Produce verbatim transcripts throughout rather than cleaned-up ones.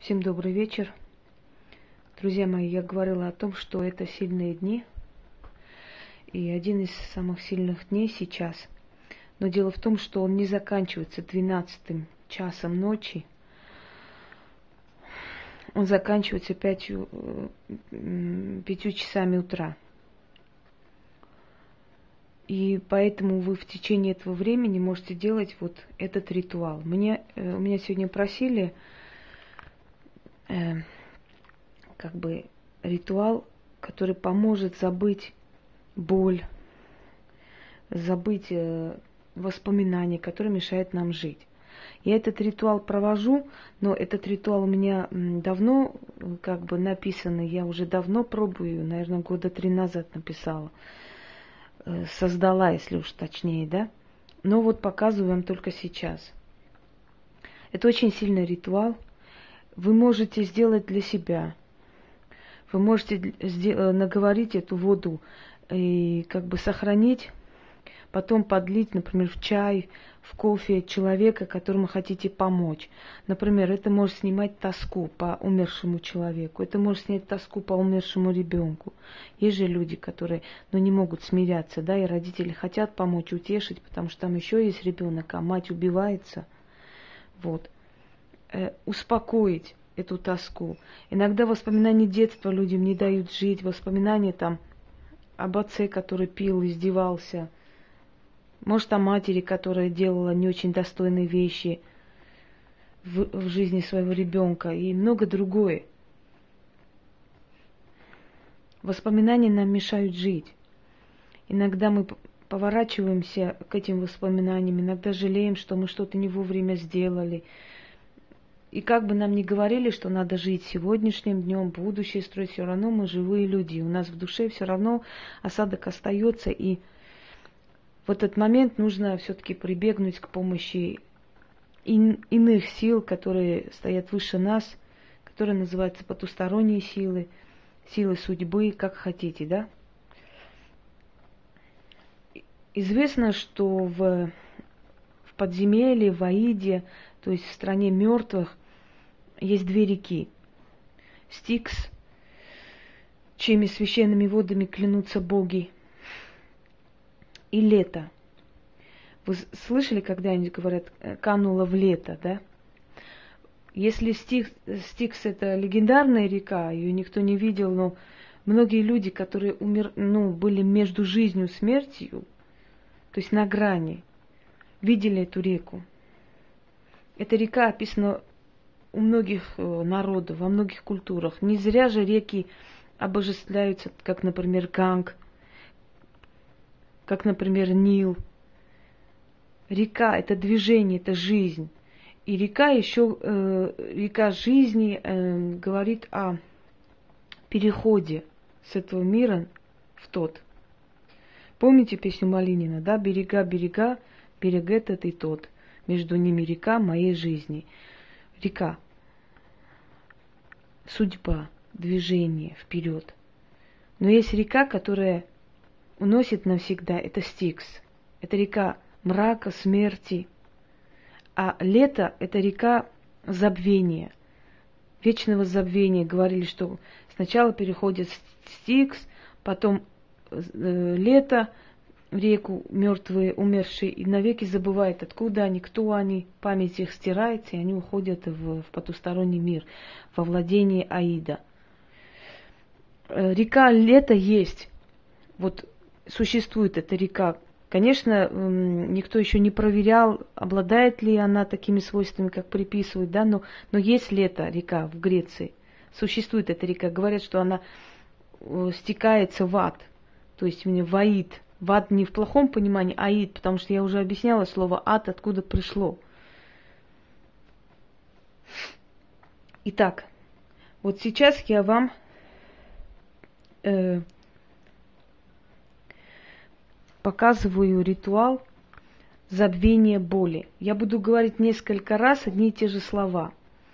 Всем добрый вечер. Друзья мои, я говорила о том, что это сильные дни. И один из самых сильных дней сейчас. Но дело в том, что он не заканчивается двенадцатым часом ночи. Он заканчивается пятью, пятью часами утра. И поэтому вы в течение этого времени можете делать вот этот ритуал. Мне, у меня сегодня просили э, как бы ритуал, который поможет забыть боль, забыть э, воспоминания, которые мешают нам жить. Я этот ритуал провожу, но этот ритуал у меня давно как бы написанный, я уже давно пробую, наверное, года три назад написала, э, создала, если уж точнее, да. Но вот показываю вам только сейчас. Это очень сильный ритуал. Вы можете сделать для себя. Вы можете наговорить эту воду и как бы сохранить, потом подлить, например, в чай, в кофе человека, которому хотите помочь. Например, это может снимать тоску по умершему человеку, это может снять тоску по умершему ребенку. Есть же люди, которые ну, не могут смиряться, да, и родители хотят помочь, утешить, потому что там еще есть ребенок, а мать убивается. Вот. Э, успокоить эту тоску. Иногда воспоминания детства людям не дают жить, воспоминания там об отце, который пил, издевался, может, о матери, которая делала не очень достойные вещи в, в жизни своего ребенка и много другое. Воспоминания нам мешают жить. Иногда мы поворачиваемся к этим воспоминаниям, иногда жалеем, что мы что-то не вовремя сделали. И как бы нам ни говорили, что надо жить сегодняшним днем, будущее строить, все равно мы живые люди. У нас в душе все равно осадок остается, и в этот момент нужно все-таки прибегнуть к помощи ин- иных сил, которые стоят выше нас, которые называются потусторонние силы, силы судьбы, как хотите, да? Известно, что в, в подземелье, в Аиде, то есть в стране мертвых, есть две реки. Стикс, чьими священными водами клянутся боги, и лето. Вы слышали, когда-нибудь говорят, канула в лето, да? Если Стикс, Стикс это легендарная река, ее никто не видел, но многие люди, которые умер, ну, были между жизнью и смертью, то есть на грани, видели эту реку. Эта река описана у многих народов, во многих культурах. Не зря же реки обожествляются, как, например, Ганг, как, например, Нил. Река – это движение, это жизнь. И река еще, э, река жизни э, говорит о переходе с этого мира в тот. Помните песню Малинина, да? «Берега, берега, берег этот и тот. Между ними река моей жизни». Река. Судьба, движение вперед. Но есть река, которая уносит навсегда, это Стикс. Это река мрака, смерти. А лето – это река забвения, вечного забвения. Говорили, что сначала переходит Стикс, потом э, лето, в реку мертвые, умершие, и навеки забывают, откуда они, кто они, память их стирается, и они уходят в, в потусторонний мир, во владение Аида. Э, река лето есть, вот существует эта река. Конечно, никто еще не проверял, обладает ли она такими свойствами, как приписывают, да, но, но есть лето, река в Греции. Существует эта река. Говорят, что она стекается в ад, то есть в Аид. В ад не в плохом понимании, а Аид, потому что я уже объясняла слово ад, откуда пришло. Итак, вот сейчас я вам э, показываю ритуал забвения боли. Я буду говорить несколько раз одни и те же слова.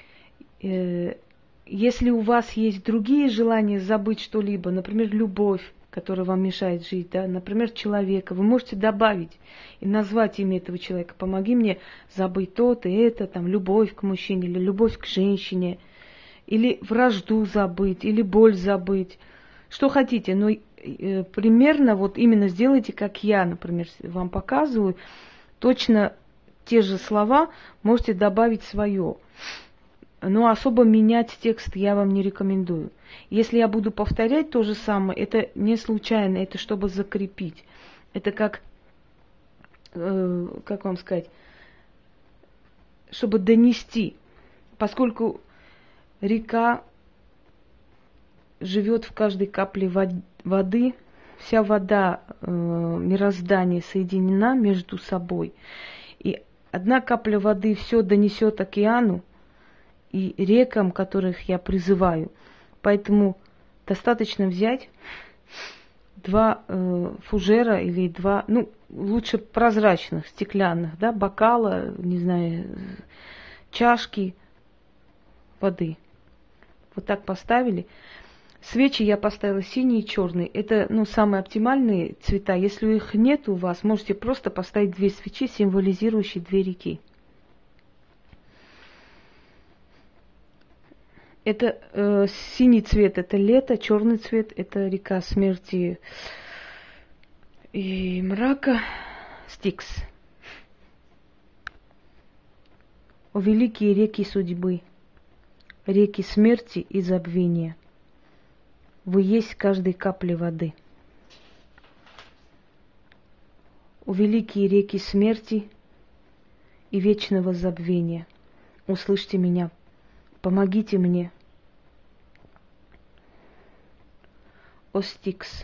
Если у вас есть другие желания забыть что-либо, например, любовь, которая вам мешает жить, да, например, человека, вы можете добавить и назвать имя этого человека. Помоги мне забыть то-то, это, там, любовь к мужчине или любовь к женщине. или вражду забыть, или боль забыть. Что хотите, но э, примерно вот именно сделайте, как я, например, вам показываю. Точно те же слова можете добавить свое. Но особо менять текст я вам не рекомендую. Если я буду повторять то же самое, это не случайно, это чтобы закрепить. Это как, э, как вам сказать, чтобы донести. Поскольку река живет в каждой капле воды, вся вода э, мироздания соединена между собой. И одна капля воды все донесет океану и рекам, которых я призываю. Поэтому достаточно взять два э, фужера или два, ну, лучше прозрачных, стеклянных, да, бокала, не знаю, чашки воды. Вот так поставили. Свечи я поставила синие и черные. Это, ну, самые оптимальные цвета. Если их нет у вас, можете просто поставить две свечи, символизирующие две реки. Это э, синий цвет, это лето, черный цвет, это река смерти и мрака, Стикс. О великие реки судьбы, реки смерти и забвения, вы есть каждой капли воды. О великие реки смерти и вечного забвения, услышьте меня. Помогите мне. О Стикс,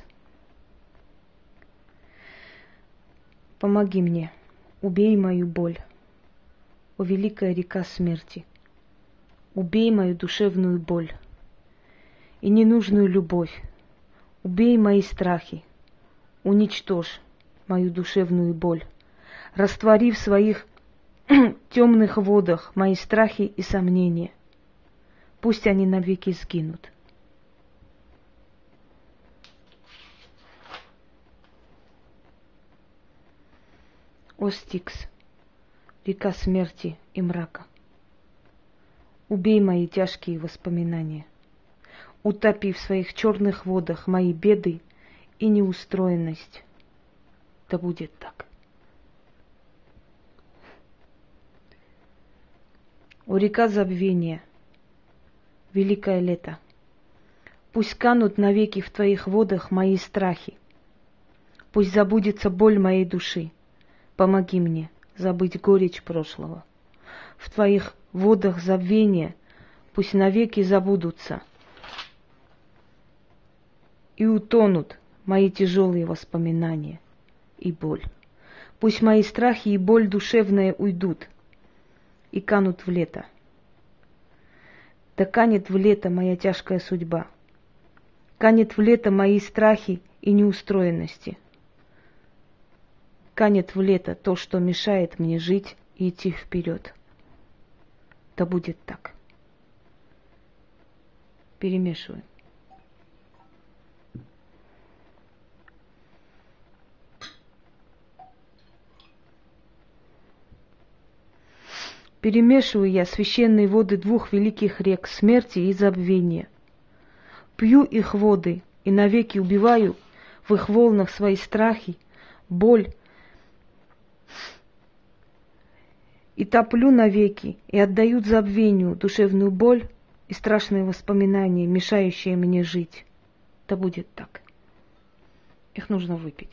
помоги мне, убей мою боль. О великая река смерти, убей мою душевную боль и ненужную любовь. Убей мои страхи, уничтожь мою душевную боль, раствори в своих темных водах мои страхи и сомнения. Пусть они навеки сгинут. О Стикс, река смерти и мрака, убей мои тяжкие воспоминания, утопи в своих черных водах мои беды и неустроенность. Да будет так. О река забвения, великое лето, пусть канут навеки в твоих водах мои страхи, пусть забудется боль моей души, помоги мне забыть горечь прошлого. В твоих водах забвения пусть навеки забудутся и утонут мои тяжелые воспоминания и боль. Пусть мои страхи и боль душевная уйдут и канут в лето. Да канет в лето моя тяжкая судьба, канет в лето мои страхи и неустроенности, канет в лето то, что мешает мне жить и идти вперед. Да будет так. Перемешиваем. Перемешиваю я священные воды двух великих рек смерти и забвения. Пью их воды и навеки убиваю в их волнах свои страхи, боль, и топлю навеки, и отдают забвению душевную боль и страшные воспоминания, мешающие мне жить. Да будет так. Их нужно выпить.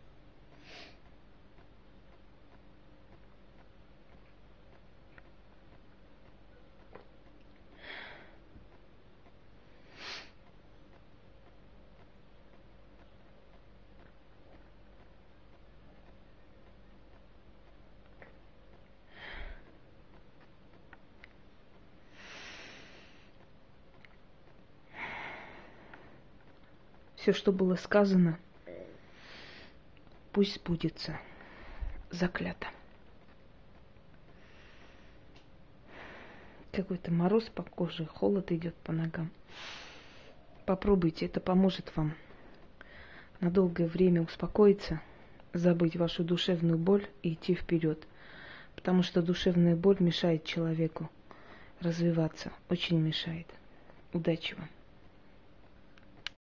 Все, что было сказано, пусть сбудется. Заклято. Какой-то мороз по коже, холод идет по ногам. Попробуйте, это поможет вам на долгое время успокоиться, забыть вашу душевную боль и идти вперед. Потому что душевная боль мешает человеку развиваться, очень мешает. Удачи вам!